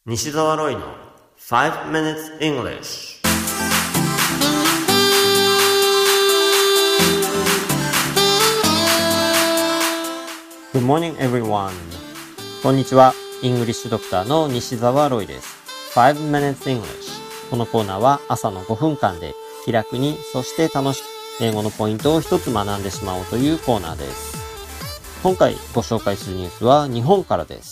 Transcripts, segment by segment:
西澤ロイの5 minutes English。Good morning everyone。こんにちは。イングリッシュドクターの西澤ロイです。5 minutes English。このコーナーは朝の5分間で気楽に、そして楽しく英語のポイントを一つ学んでしまおうというコーナーです。今回ご紹介するニュースは日本からです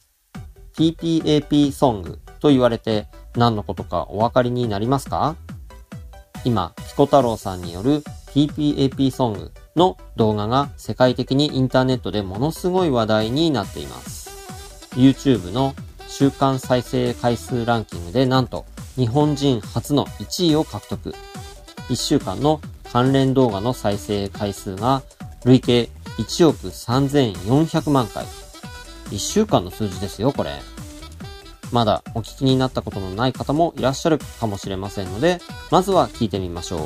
。PPAP ソングと言われて何のことかお分かりになりますか？今、ピコ太郎さんによる PPAP ソングの動画が世界的にインターネットでものすごい話題になっています。YouTube の週間再生回数ランキングでなんと日本人初の1位を獲得。1週間の関連動画の再生回数が累計1億3400万回。1週間の数字ですよ、これ。まだお聞きになったことのない方もいらっしゃるかもしれませんので、まずは聞いてみましょう。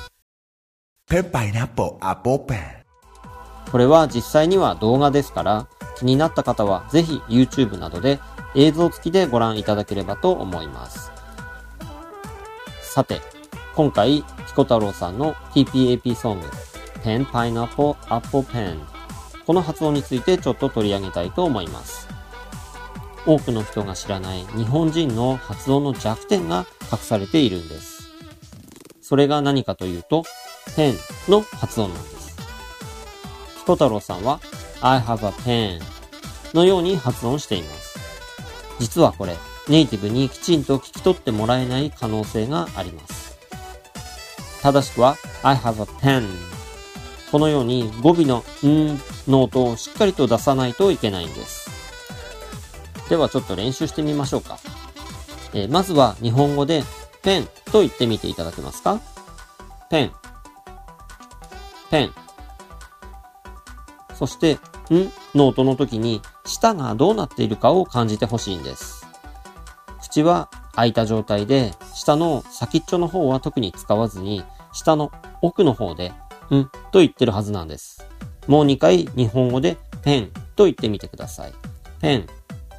これは実際には動画ですから、気になった方はぜひ YouTube などで映像付きでご覧いただければと思います。さて、今回、ピコ太郎さんの PPAP ソング、Pen Pineapple Apple Pen。この発音についてちょっと取り上げたいと思います。多くの人が知らない日本人の発音の弱点が隠されているんです。それが何かというと、ペンの発音なんです。ピコ太郎さんは I have a pen のように発音しています。実はこれ、ネイティブにきちんと聞き取ってもらえない可能性があります。正しくは I have a pen。このように語尾のの音をしっかりと出さないといけないんです。ではちょっと練習してみましょうか。まずは日本語でペンと言ってみていただけますか？ペン。ペン。そしての音の時に舌がどうなっているかを感じてほしいんです。口は開いた状態で、舌の先っちょの方は特に使わずに、舌の奥の方でと言ってるはずなんです。もう2回日本語でペンと言ってみてください。ペン。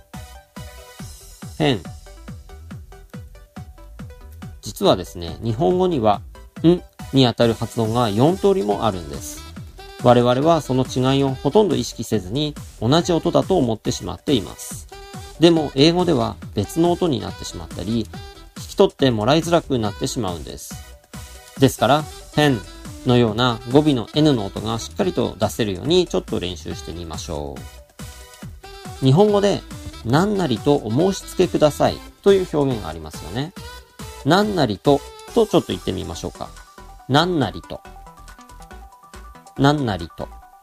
ペン。実はですね、日本語にはにあたる発音が4通りもあるんです。我々はその違いをほとんど意識せずに同じ音だと思ってしまっています。でも英語では別の音になってしまったり、聞き取ってもらいづらくなってしまうんです。ですから、ペンのような語尾の N の音がしっかりと出せるようにちょっと練習してみましょう。日本語で何なりとお申し付けくださいという表現がありますよね。何なりとちょっと言ってみましょうか。何なりと。何なりと。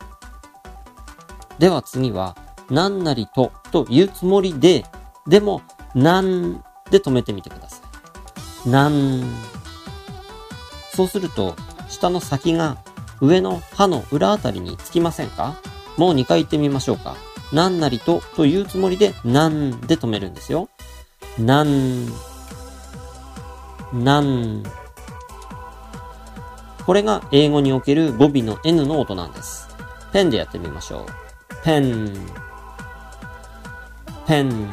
では次は何なりと言うつもりで、でもなんで止めてみてください。なん。そうすると下の先が上の歯の裏あたりにつきませんか？もう2回言ってみましょうか。なんなりというつもりでなんで止めるんですよ。なん。なん。これが英語における語尾の N の音なんです。ペンでやってみましょう。ペン。ペン。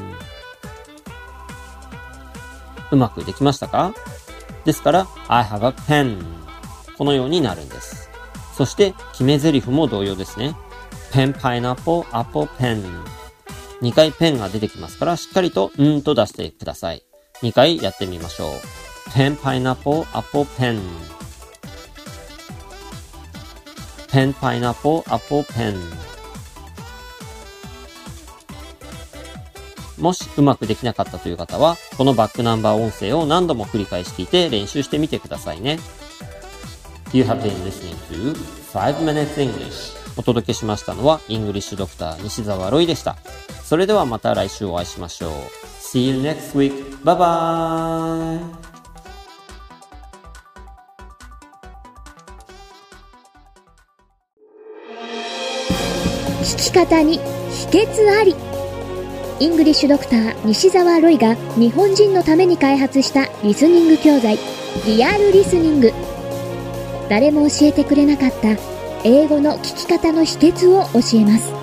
うまくできましたか？ですから、I have a pen。このようになるんです。そして、決め台詞も同様ですね。Pen, pineapple, apple, pen。2回ペンが出てきますから、しっかりとと出してください。2回やってみましょう。Pen, pineapple, apple, pen。Pen, pineapple, apple, pen。もしうまくできなかったという方は、このバックナンバー音声を何度も繰り返し聞いて練習してみてくださいね。You have been listening to 5 Minutes English。お届けしましたのは、イングリッシュドクター西澤ロイでした。それではまた来週お会いしましょう。See you next week. Bye bye! 聞き方に秘訣あり。イングリッシュドクター西澤ロイが日本人のために開発したリスニング教材、リアルリスニング。誰も教えてくれなかった英語の聞き方の秘訣を教えます。